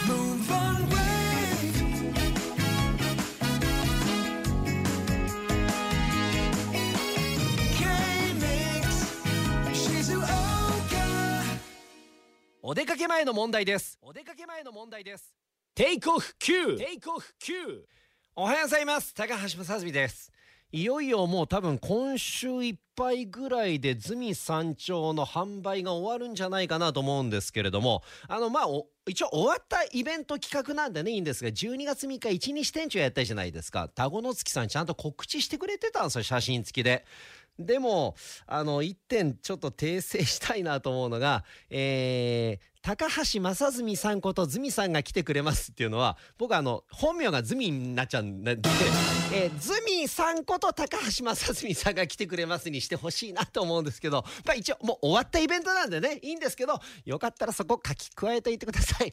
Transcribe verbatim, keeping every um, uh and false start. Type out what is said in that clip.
Move on wave K-Mix Shizuoka お出かけ前の問題です。お出かけ前の問題です。テイクオフ Q テイクオフ Q。 おはようございます。高橋正澄です。いよいよもう多分今週いっぱいぐらいでズミ山頂の販売が終わるんじゃないかなと思うんですけれども、あのまあ一応終わったイベント企画なんでねいいんですが、じゅうにがつみっか一日店長やったじゃないですか。田子の月さんちゃんと告知してくれてたんですよ、写真付きで。でもあのいってんちょっと訂正したいなと思うのが、えー、高橋正澄さんことズミさんが来てくれますっていうのは、僕あの本名がズミになっちゃうんで、えー、ズミさんこと高橋正澄さんが来てくれますにしてほしいなと思うんですけど、まあ一応もう終わったイベントなんでねいいんですけど、よかったらそこ書き加えておいてください。